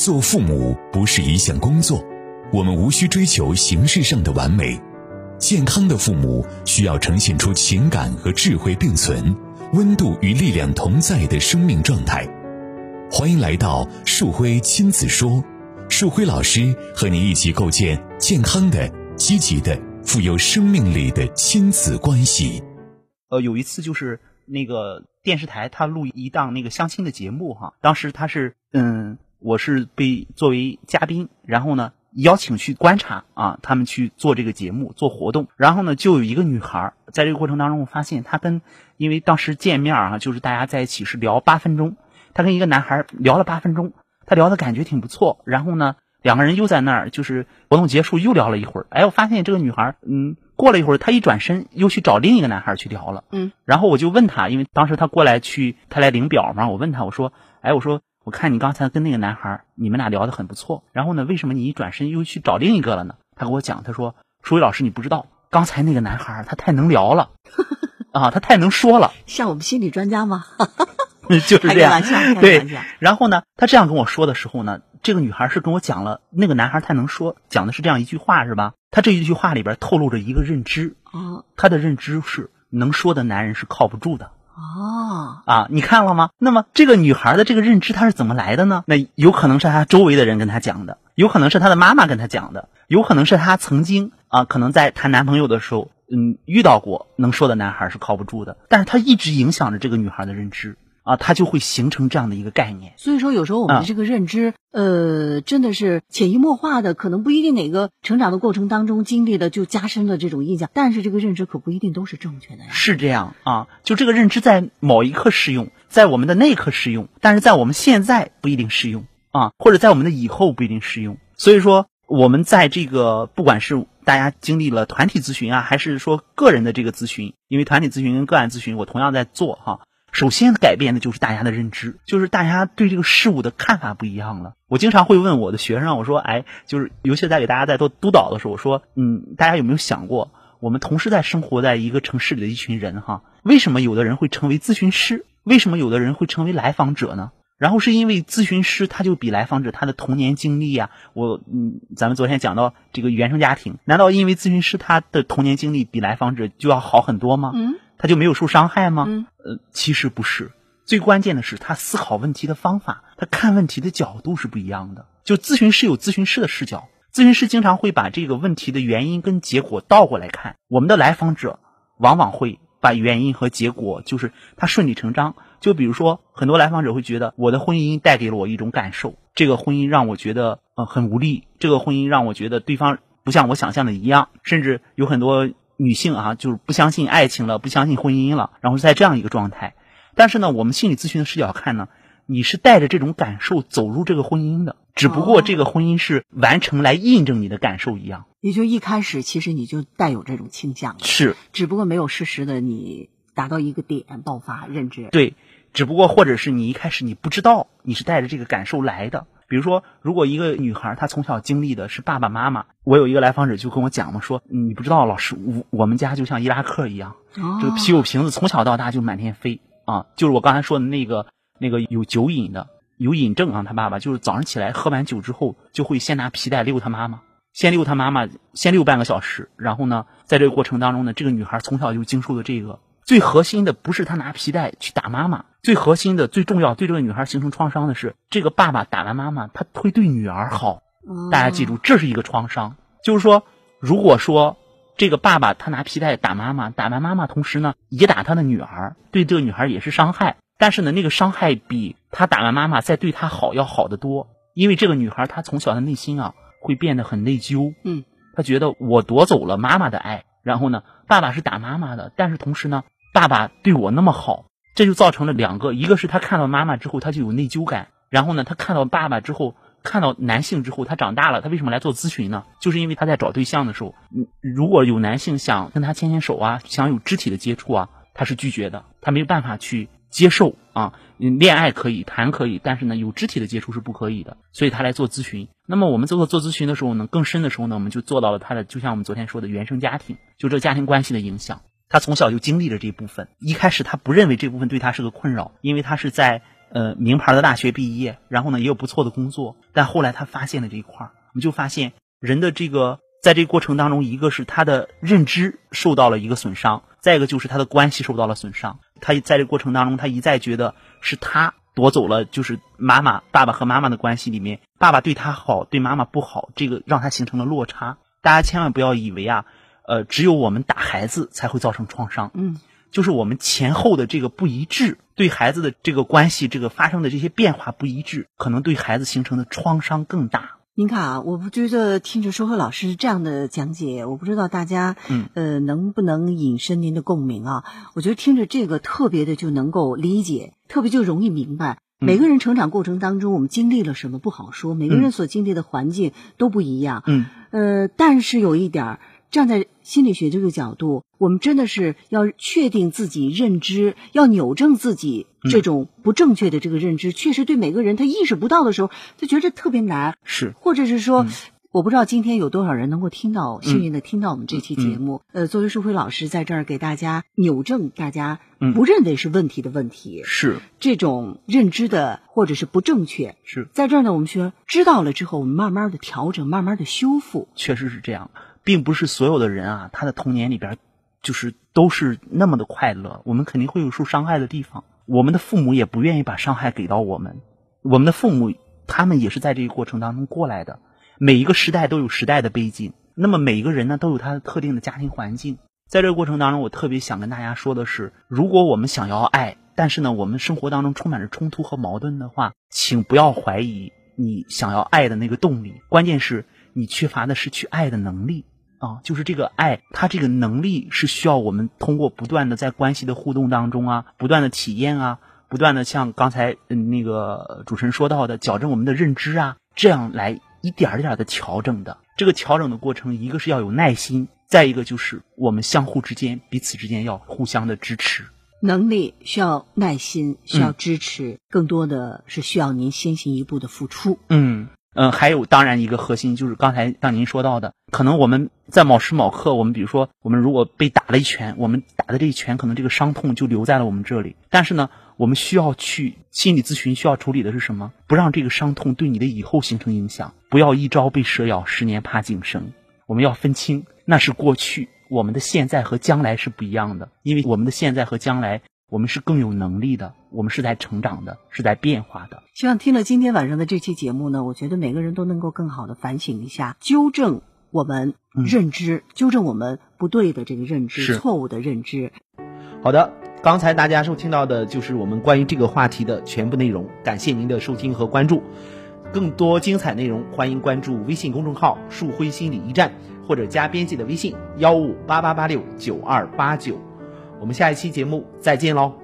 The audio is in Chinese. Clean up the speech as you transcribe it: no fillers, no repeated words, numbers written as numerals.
做父母不是一项工作，我们无需追求形式上的完美。健康的父母需要呈现出情感和智慧并存、温度与力量同在的生命状态。欢迎来到树辉亲子说，树辉老师和您一起构建健康的、积极的、富有生命力的亲子关系。 有一次就是那个电视台他录一档那个相亲的节目哈，当时他是我是被作为嘉宾，然后呢邀请去观察啊，他们去做这个节目做活动，然后呢就有一个女孩在这个过程当中，我发现她因为当时见面啊，就是大家在一起是聊8分钟，她跟一个男孩聊了8分钟，她聊的感觉挺不错，然后呢两个人又在那儿就是活动结束又聊了一会儿，我发现这个女孩过了一会儿她一转身又去找另一个男孩去聊了，然后我就问她，因为当时她过来她来领表嘛，我问她，我说我看你刚才跟那个男孩你们俩聊得很不错，然后呢为什么你一转身又去找另一个了呢？她跟我讲，她说舒伟老师你不知道，刚才那个男孩他太能聊了啊，他太能说了， 像我们心理专家吗？ 就是这样，对。然后呢他这样跟我说的时候呢，这个女孩是跟我讲了那个男孩太能说，讲的是这样一句话是吧，他这一句话里边透露着一个认知，他的认知是能说的男人是靠不住的。你看了吗？那么这个女孩的这个认知她是怎么来的呢？那有可能是她周围的人跟她讲的，有可能是她的妈妈跟她讲的，有可能是她曾经可能在谈男朋友的时候遇到过能说的男孩是靠不住的，但是她一直影响着这个女孩的认知她就会形成这样的一个概念。 所以说有时候我们的这个认知真的是潜移默化的，可能不一定哪个成长的过程当中经历的就加深了这种印象，但是这个认知可不一定都是正确的呀。 是这样就这个认知在某一刻适用，在我们的那一刻适用，但是在我们现在不一定适用或者在我们的以后不一定适用。所以说我们在这个不管是大家经历了团体咨询还是说个人的这个咨询，因为团体咨询跟个案咨询我同样在做首先改变的就是大家的认知，就是大家对这个事物的看法不一样了。我经常会问我的学生，我说就是尤其在给大家在做督导的时候，我说大家有没有想过，我们同时在生活在一个城市里的一群人为什么有的人会成为咨询师，为什么有的人会成为来访者呢？然后是因为咨询师他就比来访者他的童年经历咱们昨天讲到这个原生家庭，难道因为咨询师他的童年经历比来访者就要好很多吗？他就没有受伤害吗？其实不是，最关键的是他思考问题的方法，他看问题的角度是不一样的。就咨询师有咨询师的视角，咨询师经常会把这个问题的原因跟结果倒过来看，我们的来访者往往会把原因和结果就是他顺理成章。就比如说很多来访者会觉得我的婚姻带给了我一种感受，这个婚姻让我觉得很无力，这个婚姻让我觉得对方不像我想象的一样，甚至有很多女性就是不相信爱情了，不相信婚姻了，然后在这样一个状态。但是呢我们心理咨询的视角看呢，你是带着这种感受走入这个婚姻的，只不过这个婚姻是完成来印证你的感受一样。 也就一开始其实你就带有这种倾向了， 是， 只不过没有适时的你达到一个点爆发认知。 对，只不过或者是你一开始你不知道你是带着这个感受来的。比如说如果一个女孩她从小经历的是爸爸妈妈，我有一个来访者就跟我讲嘛，说你不知道老师，我们家就像伊拉克一样，这个啤酒瓶子从小到大就满天飞就是我刚才说的那个有酒瘾的，有瘾症他爸爸就是早上起来喝完酒之后就会先拿皮带溜他妈妈，先溜半个小时，然后呢在这个过程当中呢，这个女孩从小就经受了这个。最核心的不是他拿皮带去打妈妈，最核心的最重要对这个女孩形成创伤的是这个爸爸打完妈妈他会对女儿好。大家记住这是一个创伤，就是说如果说这个爸爸他拿皮带打妈妈，打完妈妈同时呢也打他的女儿，对这个女孩也是伤害，但是呢那个伤害比他打完妈妈再对她好要好得多。因为这个女孩她从小的内心会变得很内疚，她觉得我夺走了妈妈的爱，然后呢爸爸是打妈妈的，但是同时呢爸爸对我那么好，这就造成了两个，一个是他看到妈妈之后他就有内疚感，然后呢他看到爸爸之后，看到男性之后，他长大了，他为什么来做咨询呢？就是因为他在找对象的时候，如果有男性想跟他牵牵手想有肢体的接触他是拒绝的，他没有办法去接受恋爱可以谈可以，但是呢有肢体的接触是不可以的，所以他来做咨询。那么我们做咨询的时候呢，更深的时候呢，我们就做到了他的，就像我们昨天说的原生家庭，就这个家庭关系的影响。他从小就经历了这部分，一开始他不认为这部分对他是个困扰，因为他是在名牌的大学毕业，然后呢也有不错的工作，但后来他发现了这一块，我们就发现人的这个在这个过程当中，一个是他的认知受到了一个损伤，再一个就是他的关系受到了损伤。他在这个过程当中，他一再觉得是他夺走了，就是爸爸和妈妈的关系里面，爸爸对他好，对妈妈不好，这个让他形成了落差。大家千万不要以为啊，只有我们打孩子才会造成创伤，就是我们前后的这个不一致，对孩子的这个关系，这个发生的这些变化不一致，可能对孩子形成的创伤更大。 您看啊，我不觉得听着收辉老师这样的讲解，我不知道大家能不能引申您的共鸣啊？我觉得听着这个特别的就能够理解，特别就容易明白。每个人成长过程当中，我们经历了什么不好说，每个人所经历的环境都不一样。但是有一点，站在心理学这个角度，我们真的是要确定自己认知，要扭正自己这种不正确的这个认知，确实对每个人他意识不到的时候，他觉得特别难， 是， 或者是说。我不知道今天有多少人能够听到，幸运的听到我们这期节目。作为收辉老师在这儿给大家扭正大家不认为是问题的问题， 是这种认知的或者是不正确， 是在这儿呢。我们说知道了之后，我们慢慢的调整，慢慢的修复。 确实是这样，并不是所有的人啊，他的童年里边就是都是那么的快乐，我们肯定会有受伤害的地方。我们的父母也不愿意把伤害给到我们，我们的父母他们也是在这个过程当中过来的。每一个时代都有时代的背景，那么每一个人呢都有他的特定的家庭环境。在这个过程当中，我特别想跟大家说的是，如果我们想要爱，但是呢我们生活当中充满着冲突和矛盾的话，请不要怀疑你想要爱的那个动力，关键是你缺乏的是去爱的能力啊，就是这个爱，它这个能力是需要我们通过不断的在关系的互动当中啊，不断的体验啊，不断的像刚才那个主持人说到的矫正我们的认知啊，这样来一点一点的调整的。这个调整的过程，一个是要有耐心，再一个就是我们相互之间彼此之间要互相的支持。 能力需要耐心，需要支持，更多的是需要您先行一步的付出。 还有当然一个核心就是刚才像您说到的，可能我们在某时某刻，我们比如说我们如果被打了一拳，我们打的这一拳可能这个伤痛就留在了我们这里，但是呢我们需要去心理咨询，需要处理的是什么？不让这个伤痛对你的以后形成影响，不要一朝被蛇咬，10年怕井绳。我们要分清那是过去，我们的现在和将来是不一样的，因为我们的现在和将来我们是更有能力的，我们是在成长的，是在变化的。 希望听了今天晚上的这期节目呢，我觉得每个人都能够更好的反省一下，纠正我们认知，纠正我们不对的这个认知，错误的认知。 好的，刚才大家收听到的就是我们关于这个话题的全部内容，感谢您的收听和关注。更多精彩内容，欢迎关注微信公众号树辉心理驿站，或者加编辑的微信1588869289。我们下一期节目再见喽。